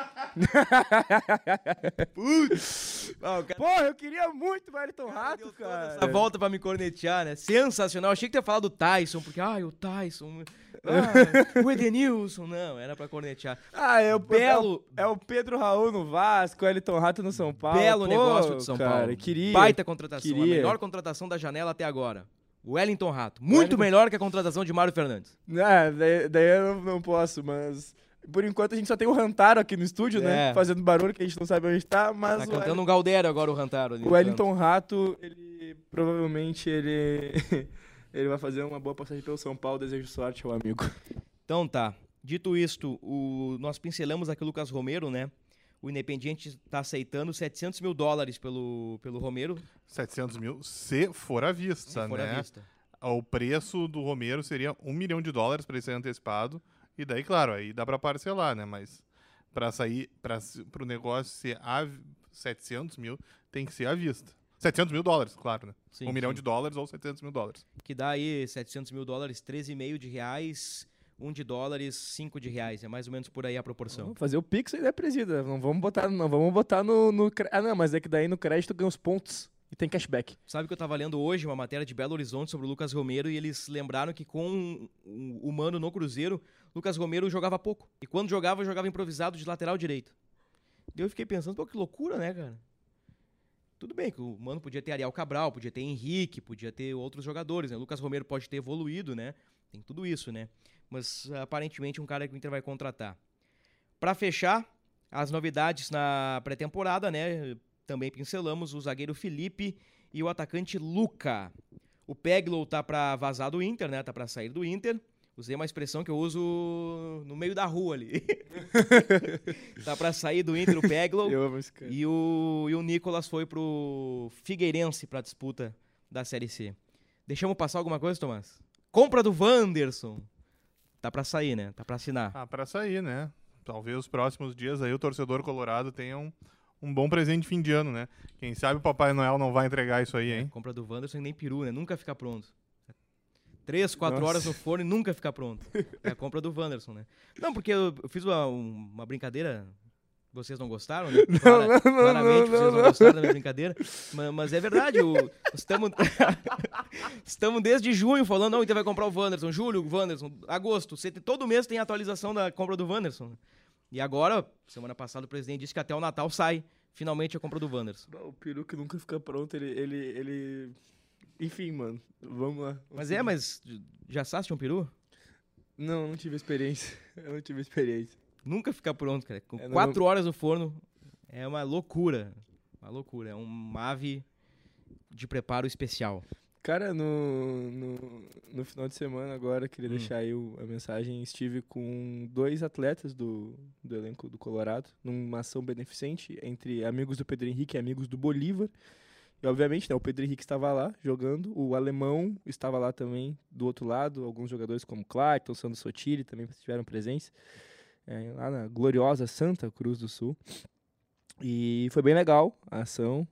Speaker 4: Putz! Oh, cara... Porra, eu queria muito o Wellington Rato, cara.
Speaker 3: Essa volta pra me cornetear, né? Sensacional. Achei que tu ia falar do Taison, porque, ai, o Taison, ah, o Edenilson. Não, era pra cornetear.
Speaker 4: Ah, é o,
Speaker 3: Belo...
Speaker 4: é o Pedro Raul no Vasco, o Wellington Rato no São Paulo.
Speaker 3: Belo
Speaker 4: Pô,
Speaker 3: negócio de São
Speaker 4: cara,
Speaker 3: Paulo.
Speaker 4: Queria,
Speaker 3: Baita contratação,
Speaker 4: queria.
Speaker 3: a melhor contratação da janela até agora. O Wellington Rato. Muito
Speaker 4: Wellington...
Speaker 3: melhor que a contratação de Mário Fernandes.
Speaker 4: Ah, daí, daí eu não, não posso, mas... Por enquanto a gente só tem o Rantaro aqui no estúdio,
Speaker 3: é.
Speaker 4: né? Fazendo barulho que a gente não sabe onde tá, mas...
Speaker 3: Tá
Speaker 4: o
Speaker 3: cantando
Speaker 4: Wellington...
Speaker 3: um Galdério agora o Rantaro. Ali
Speaker 4: o Wellington Rato, ele... Provavelmente ele... ele vai fazer uma boa passagem pelo São Paulo. Desejo sorte ao amigo.
Speaker 3: Então tá. Dito isto, o... nós pincelamos aqui o Lucas Romero, né? O Independiente tá aceitando setecentos mil dólares pelo, pelo Romero.
Speaker 5: setecentos mil, se for à vista,
Speaker 3: se for
Speaker 5: né?
Speaker 3: à vista.
Speaker 5: O preço do Romero seria um milhão de dólares para ele ser antecipado. E daí, claro, aí dá para parcelar, né? Mas para sair, para o negócio ser a setecentos mil, tem que ser à vista. setecentos mil dólares, claro, né?
Speaker 3: Sim,
Speaker 5: um milhão
Speaker 3: sim.
Speaker 5: de dólares ou setecentos mil dólares.
Speaker 3: Que dá aí setecentos mil dólares, treze e meio de reais, um de dólares, cinco de reais. É mais ou menos por aí a proporção.
Speaker 4: Vamos fazer o Pix aí, né, presida? Não vamos botar, não vamos botar no, no... cre- Ah, não, mas é que daí no crédito ganha os pontos e tem cashback.
Speaker 3: Sabe que eu tava lendo hoje uma matéria de Belo Horizonte sobre o Lucas Romero e eles lembraram que com o Mano no Cruzeiro, Lucas Romero jogava pouco. E quando jogava, jogava improvisado de lateral direito. E eu fiquei pensando, pô, que loucura, né, cara? Tudo bem que o Mano podia ter Ariel Cabral, podia ter Henrique, podia ter outros jogadores, né? O Lucas Romero pode ter evoluído, né? Tem tudo isso, né? Mas aparentemente um cara que o Inter vai contratar. Pra fechar, as novidades na pré-temporada, né? Também pincelamos o zagueiro Felipe e o atacante Luca. O Peglow tá pra vazar do Inter, né? Tá pra sair do Inter. Usei uma expressão que eu uso no meio da rua ali. Tá pra sair do Inter o Peglow.
Speaker 4: Eu amo esse cara.
Speaker 3: E o, e o Nicolas foi pro Figueirense pra disputa da Série C. Deixamos passar alguma coisa, Tomás? Compra do Wanderson. Tá pra sair, né? Tá pra assinar.
Speaker 5: Ah, pra sair, né? Talvez os próximos dias aí o torcedor colorado tenha um, um bom presente de fim de ano, né? Quem sabe o Papai Noel não vai entregar isso aí, hein?
Speaker 3: Compra do Wanderson e nem peru, né? Nunca fica pronto. Três, quatro
Speaker 4: Nossa.
Speaker 3: horas no forno e nunca fica pronto. É a compra do Wanderson, né? Não, porque eu, eu fiz uma, uma brincadeira. Vocês não gostaram, né? Clara-
Speaker 4: não, não,
Speaker 3: claramente
Speaker 4: não,
Speaker 3: vocês não,
Speaker 4: não.
Speaker 3: gostaram da minha brincadeira. Mas, mas é verdade, o- estamos estamos desde junho falando, não, o Inter vai comprar o Wanderson. Julho, o Wanderson. Agosto. Você tem- todo mês tem atualização da compra do Wanderson. E agora, semana passada, o presidente disse que até o Natal sai finalmente a compra do Wanderson.
Speaker 4: O peru que nunca fica pronto, ele... ele, ele... Enfim, mano, vamos lá.
Speaker 3: Mas é, mas já assaste um peru?
Speaker 4: Não, não tive experiência. Eu não tive experiência.
Speaker 3: Nunca fica pronto, cara. Com
Speaker 4: É, não-
Speaker 3: quatro horas no forno é uma loucura. Uma loucura. É uma ave de preparo especial.
Speaker 4: Cara, no, no, no final de semana agora, queria
Speaker 3: Hum.
Speaker 4: deixar aí o- a mensagem, estive com dois atletas do, do elenco do Colorado, numa ação beneficente entre amigos do Pedro Henrique e amigos do Bolívar. E, obviamente, né, o Pedro Henrique estava lá jogando, o alemão estava lá também do outro lado, alguns jogadores como Clayton, Sandro Sotiri também estiveram presentes, é, lá na gloriosa Santa Cruz do Sul. E foi bem legal a ação.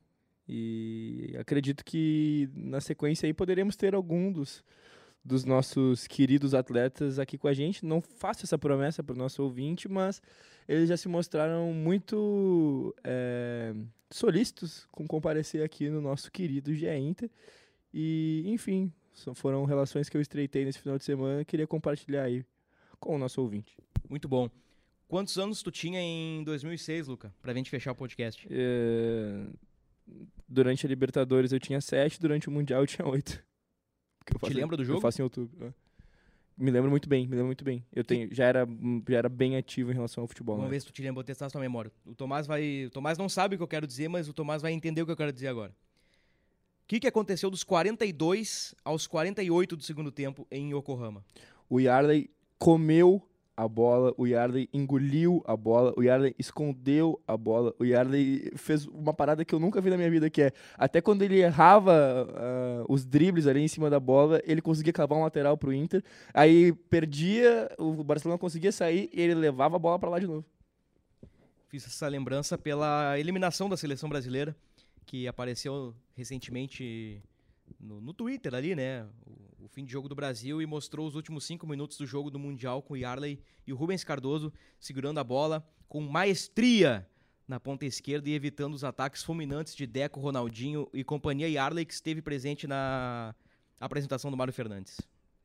Speaker 4: E acredito que na sequência aí poderemos ter algum dos, dos nossos queridos atletas aqui com a gente. Não faço essa promessa para o nosso ouvinte, mas eles já se mostraram muito é, solícitos com comparecer aqui no nosso querido G E Inter. E, enfim, só foram relações que eu estreitei nesse final de semana e queria compartilhar aí com o nosso ouvinte.
Speaker 3: Muito bom. Quantos anos tu tinha em dois mil e seis, Luca? Pra gente fechar o podcast.
Speaker 4: É, durante a Libertadores eu tinha sete, durante o Mundial eu tinha oito. Porque eu
Speaker 3: Te
Speaker 4: faço-
Speaker 3: lembra do jogo?
Speaker 4: Eu faço em outubro. né? Me lembro muito bem, me lembro muito bem. Eu tenho, já, era, já era bem ativo em relação ao futebol.
Speaker 3: Vamos
Speaker 4: né?
Speaker 3: ver se tu te lembra, vou testar a sua memória. O Tomás vai. O Tomás não sabe o que eu quero dizer, mas o Tomás vai entender o que eu quero dizer agora. O que, que aconteceu dos quarenta e dois aos quarenta e oito do segundo tempo em Yokohama?
Speaker 4: O Yarley comeu a bola, o Yarley engoliu a bola, o Yarley escondeu a bola, o Yarley fez uma parada que eu nunca vi na minha vida, que é, até quando ele errava ah, os dribles ali em cima da bola, ele conseguia cavar um lateral pro Inter, aí perdia, o Barcelona conseguia sair e ele levava a bola pra lá de novo.
Speaker 3: Fiz essa lembrança pela eliminação da seleção brasileira, que apareceu recentemente no, no Twitter ali, né? O, o fim de jogo do Brasil e mostrou os últimos cinco minutos do jogo do Mundial com o Yarley e o Rubens Cardoso segurando a bola com maestria na ponta esquerda e evitando os ataques fulminantes de Deco, Ronaldinho e companhia. Yarley, que esteve presente na apresentação do Mário Fernandes.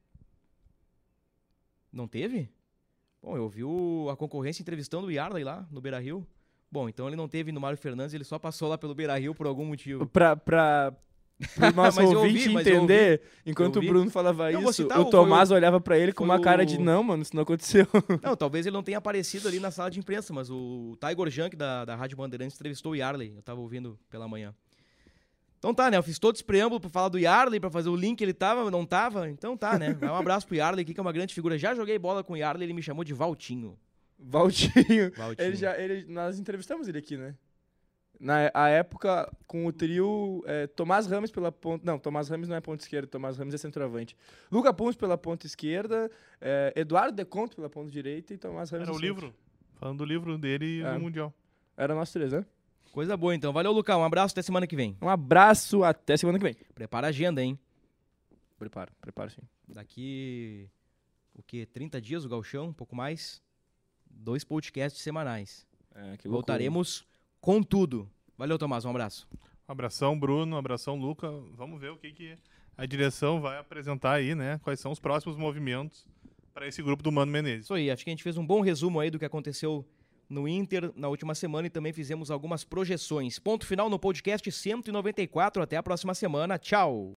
Speaker 3: Não teve? Bom, eu vi o- a concorrência entrevistando o Yarley lá no Beira-Rio. Bom, então ele não teve no Mário Fernandes, ele só passou lá pelo Beira-Rio por algum motivo.
Speaker 4: Pra, pra, pro nosso
Speaker 3: Mas eu
Speaker 4: ouvinte
Speaker 3: ouvi, mas eu
Speaker 4: entender, enquanto
Speaker 3: Eu
Speaker 4: o
Speaker 3: ouvi.
Speaker 4: Bruno falava
Speaker 3: Eu vou
Speaker 4: isso,
Speaker 3: citar
Speaker 4: o
Speaker 3: o-
Speaker 4: Tomás
Speaker 3: foi o-
Speaker 4: olhava pra ele com
Speaker 3: foi
Speaker 4: uma cara
Speaker 3: o-
Speaker 4: de não, mano, isso não aconteceu.
Speaker 3: Não, talvez ele não tenha aparecido ali na sala de imprensa, mas o Tiger Junk da, da Rádio Bandeirantes entrevistou o Yarley. Eu tava ouvindo pela manhã. Então tá, né? Eu fiz todo esse preâmbulo pra falar do Yarley, pra fazer o link, ele tava, não tava. Então tá, né? Um abraço pro Yarley aqui, que é uma grande figura. Já joguei bola com o Yarley, ele me chamou de Valtinho.
Speaker 4: Valtinho.
Speaker 3: Valtinho.
Speaker 4: Ele já, ele, nós entrevistamos ele aqui, né? Na a época, com o trio é, Tomás Ramos pela ponta... Não, Tomás Ramos não é ponta esquerda, Tomás Ramos é centroavante. Luca Puns pela ponta esquerda, é, Eduardo Deconto pela ponta direita e Tomás Ramos
Speaker 5: Era o
Speaker 4: no centro.
Speaker 5: livro. Falando do livro dele e
Speaker 4: É.
Speaker 5: do Mundial.
Speaker 4: Era nós três, né?
Speaker 3: Coisa boa, então. Valeu, Lucão. Um abraço, até semana que vem.
Speaker 4: Um abraço, até semana que vem.
Speaker 3: Prepara a agenda, hein?
Speaker 4: Preparo, preparo sim.
Speaker 3: Daqui o quê? trinta dias o Gauchão, um pouco mais. Dois podcasts semanais.
Speaker 4: É, que loucura.
Speaker 3: Voltaremos com tudo. Valeu, Tomás, um abraço.
Speaker 5: Um abração, Bruno, um abração, Luca. Vamos ver o que, que a direção vai apresentar aí, né? Quais são os próximos movimentos para esse grupo do Mano Menezes.
Speaker 3: Isso aí, acho que a gente fez um bom resumo aí do que aconteceu no Inter na última semana e também fizemos algumas projeções. Ponto final no podcast cento e noventa e quatro. Até a próxima semana. Tchau!